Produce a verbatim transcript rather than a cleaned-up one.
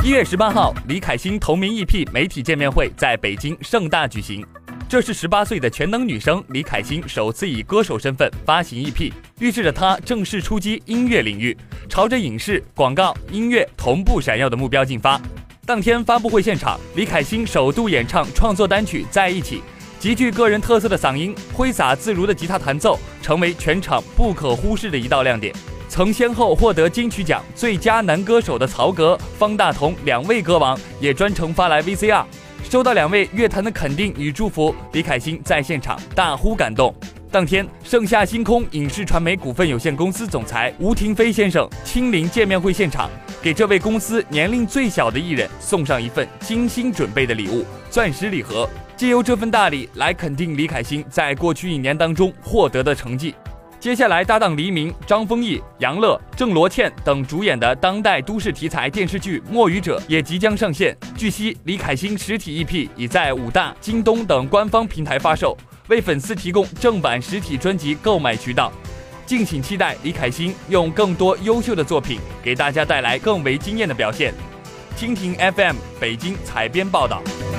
一月十八号，李凯欣同名 E P 媒体见面会在北京盛大举行。这是十八岁的全能女生李凯欣首次以歌手身份发行 E P， 预示着她正式出击音乐领域，朝着影视、广告、音乐同步闪耀的目标进发。当天发布会现场，李凯欣首度演唱创作单曲《在一起》，极具个人特色的嗓音，挥洒自如的吉他弹奏，成为全场不可忽视的一道亮点。曾先后获得金曲奖最佳男歌手的曹格、方大同两位歌王也专程发来 V C R。收到两位乐坛的肯定与祝福，李凯欣在现场大呼感动。当天，盛夏星空影视传媒股份有限公司总裁吴廷飞先生亲临见面会现场，给这位公司年龄最小的艺人送上一份精心准备的礼物——钻石礼盒，借由这份大礼来肯定李凯欣在过去一年当中获得的成绩。接下来，搭档黎明、张丰毅、杨乐、郑罗茜等主演的当代都市题材电视剧《墨鱼者》也即将上线。据悉，李凯欣实体 E P 已在五大、京东等官方平台发售，为粉丝提供正版实体专辑购买渠道。敬请期待李凯欣用更多优秀的作品给大家带来更为惊艳的表现。蜻蜓 F M 北京采编报道。